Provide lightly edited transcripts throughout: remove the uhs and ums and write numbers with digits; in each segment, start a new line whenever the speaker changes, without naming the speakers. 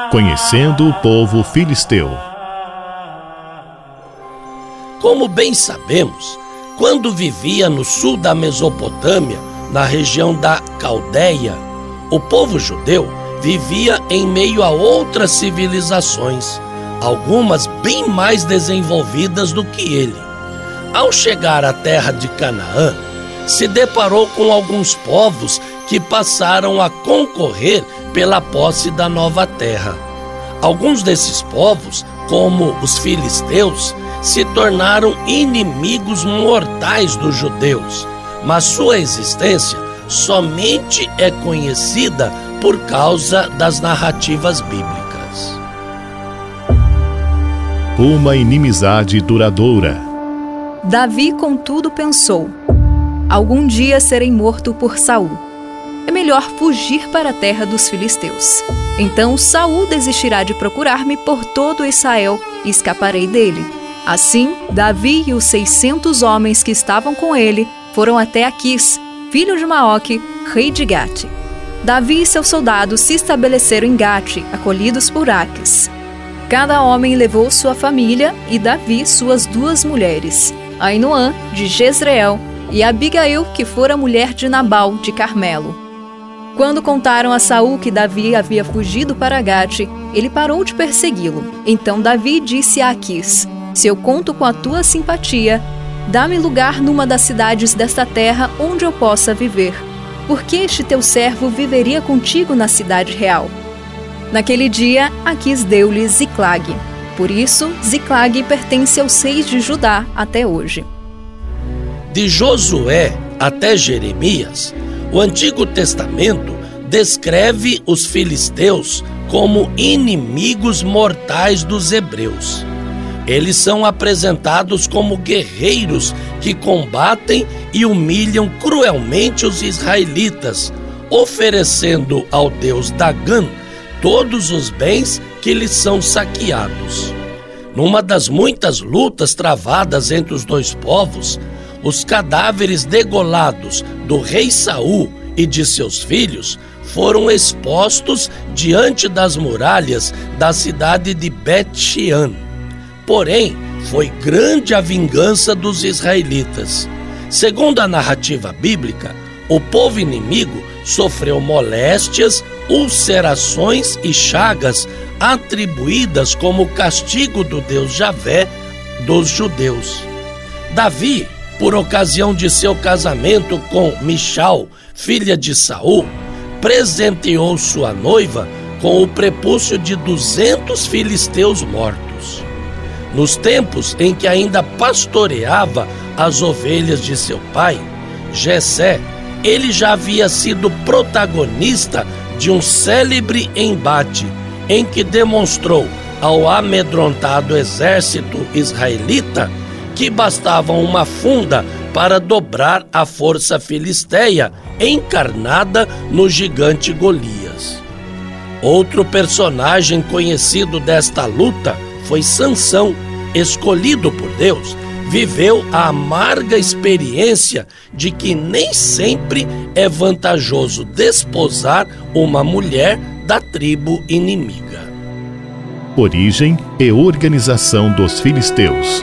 Conhecendo o povo filisteu.
Como bem sabemos, quando vivia no sul da Mesopotâmia, na região da Caldeia, o povo judeu vivia em meio a outras civilizações, algumas bem mais desenvolvidas do que ele. Ao chegar à terra de Canaã, se deparou com alguns povos que passaram a concorrer pela posse da nova terra. Alguns desses povos, como os filisteus, se tornaram inimigos mortais dos judeus, mas sua existência somente é conhecida por causa das narrativas bíblicas.
Uma inimizade duradoura.
Davi, contudo, pensou: algum dia serei morto por Saul. É melhor fugir para a terra dos filisteus. Então Saul desistirá de procurar-me por todo Israel e escaparei dele. Assim, Davi e os 600 homens que estavam com ele foram até Aquis, filho de Maoque, rei de Gate. Davi e seus soldados se estabeleceram em Gate, acolhidos por Aquis. Cada homem levou sua família e Davi suas 2 mulheres, Ainoã, de Jezreel, e Abigail, que fora mulher de Nabal, de Carmelo. Quando contaram a Saul que Davi havia fugido para Gate, ele parou de persegui-lo. Então Davi disse a Aquis: se eu conto com a tua simpatia, dá-me lugar numa das cidades desta terra onde eu possa viver, porque este teu servo viveria contigo na cidade real. Naquele dia, Aquis deu-lhe Ziclag. Por isso, Ziclag pertence aos reis de Judá até hoje.
De Josué até Jeremias, o Antigo Testamento descreve os filisteus como inimigos mortais dos hebreus. Eles são apresentados como guerreiros que combatem e humilham cruelmente os israelitas, oferecendo ao deus Dagã todos os bens que lhes são saqueados. Numa das muitas lutas travadas entre os dois povos, os cadáveres degolados do rei Saul e de seus filhos foram expostos diante das muralhas da cidade de Bet-Shean. Porém, foi grande a vingança dos israelitas. Segundo a narrativa bíblica, o povo inimigo sofreu moléstias, ulcerações e chagas atribuídas como castigo do Deus Javé dos judeus. Davi, por ocasião de seu casamento com Michal, filha de Saul, presenteou sua noiva com o prepúcio de 200 filisteus mortos. Nos tempos em que ainda pastoreava as ovelhas de seu pai, Jessé, ele já havia sido protagonista de um célebre embate em que demonstrou ao amedrontado exército israelita que bastava uma funda para dobrar a força filisteia encarnada no gigante Golias. Outro personagem conhecido desta luta foi Sansão, escolhido por Deus. Viveu a amarga experiência de que nem sempre é vantajoso desposar uma mulher da tribo inimiga.
Origem e organização dos filisteus.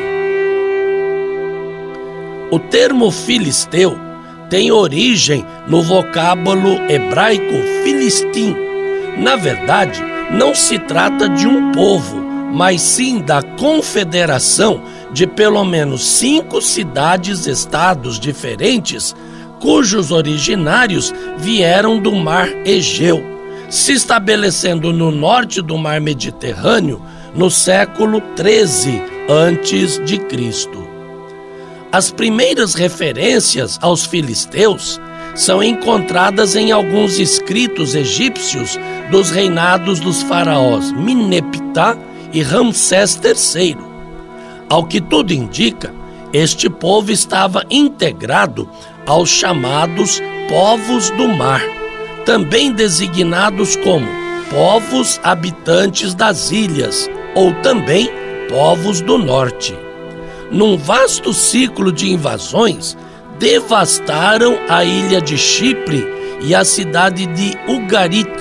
O termo filisteu tem origem no vocábulo hebraico filistim. Na verdade, não se trata de um povo, mas sim da confederação de pelo menos 5 cidades-estados diferentes, cujos originários vieram do mar Egeu, se estabelecendo no norte do mar Mediterrâneo no século XIII a.C. As primeiras referências aos filisteus são encontradas em alguns escritos egípcios dos reinados dos faraós Meneptah e Ramsés III. Ao que tudo indica, este povo estava integrado aos chamados povos do mar, também designados como povos habitantes das ilhas, ou também povos do norte. Num vasto ciclo de invasões, devastaram a ilha de Chipre e a cidade de Ugarit,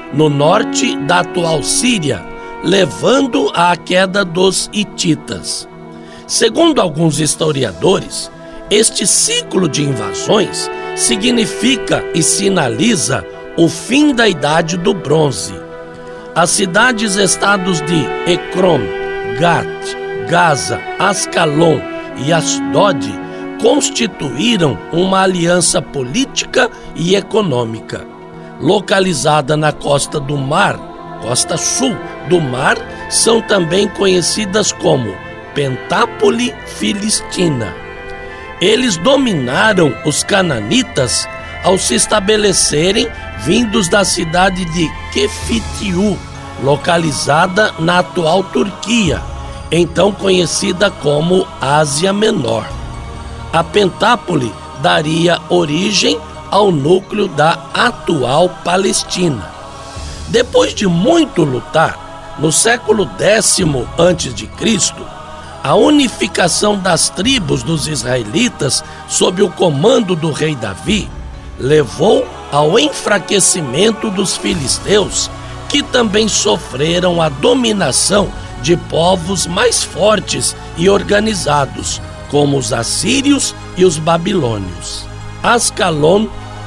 no norte da atual Síria, levando à queda dos hititas. Segundo alguns historiadores, este ciclo de invasões significa e sinaliza o fim da Idade do Bronze. As cidades-estados de Ecrom, Gat, Gaza, Ascalon e Asdod constituíram uma aliança política e econômica. Localizada na costa do mar, costa sul do mar, são também conhecidas como Pentápole Filistina. Eles dominaram os cananitas ao se estabelecerem vindos da cidade de Kefitiu, localizada na atual Turquia, então conhecida como Ásia Menor. A Pentápole daria origem ao núcleo da atual Palestina. Depois de muito lutar, no século X a.C., a unificação das tribos dos israelitas sob o comando do rei Davi levou ao enfraquecimento dos filisteus, que também sofreram a dominação de povos mais fortes e organizados, como os assírios e os babilônios. Ascalon,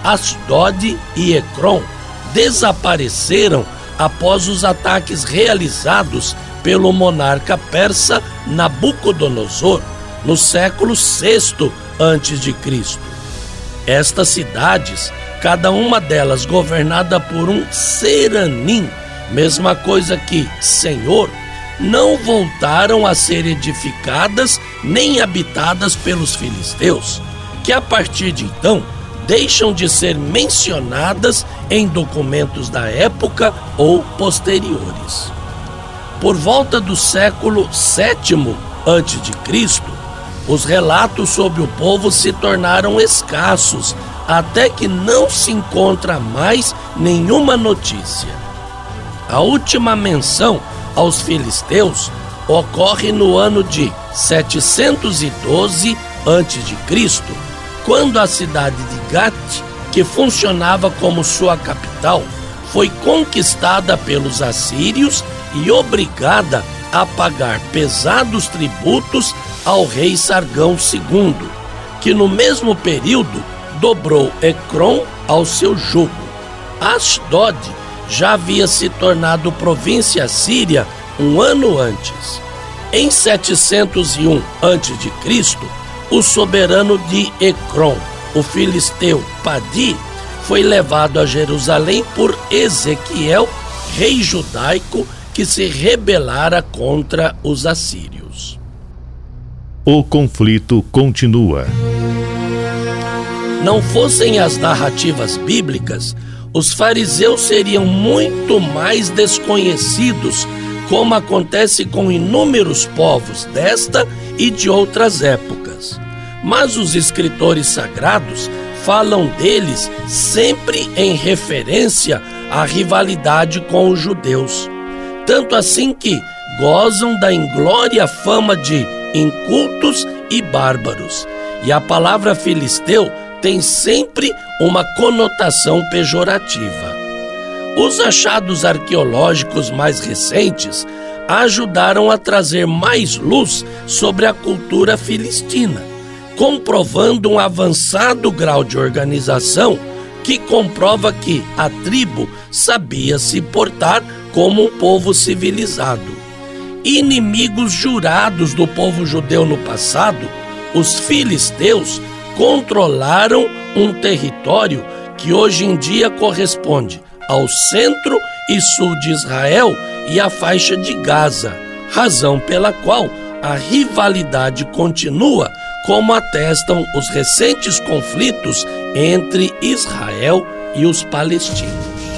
Asdod e Ecrom desapareceram após os ataques realizados pelo monarca persa Nabucodonosor no século VI a.C. Estas cidades, cada uma delas governada por um seranim, mesma coisa que senhor, não voltaram a ser edificadas nem habitadas pelos filisteus, que a partir de então deixam de ser mencionadas em documentos da época ou posteriores. Por volta do século VII a.C., os relatos sobre o povo se tornaram escassos, até que não se encontra mais nenhuma notícia. A última menção aos filisteus ocorre no ano de 712 a.C., quando a cidade de Gat, que funcionava como sua capital, foi conquistada pelos assírios e obrigada a pagar pesados tributos ao rei Sargão II, que no mesmo período dobrou Ecrom ao seu jugo. Asdod já havia se tornado província síria um ano antes. Em 701 a.C., o soberano de Ecrom, o filisteu Padi, foi levado a Jerusalém por Ezequiel, rei judaico que se rebelara contra os assírios.
O conflito continua.
Não fossem as narrativas bíblicas, os fariseus seriam muito mais desconhecidos, como acontece com inúmeros povos desta e de outras épocas. Mas os escritores sagrados falam deles sempre em referência à rivalidade com os judeus. Tanto assim que gozam da inglória fama de incultos e bárbaros. E a palavra filisteu tem sempre uma conotação pejorativa. Os achados arqueológicos mais recentes ajudaram a trazer mais luz sobre a cultura filistina, comprovando um avançado grau de organização que comprova que a tribo sabia se portar como um povo civilizado. Inimigos jurados do povo judeu no passado, os filisteus controlaram um território que hoje em dia corresponde ao centro e sul de Israel e à faixa de Gaza, razão pela qual a rivalidade continua, como atestam os recentes conflitos entre Israel e os palestinos.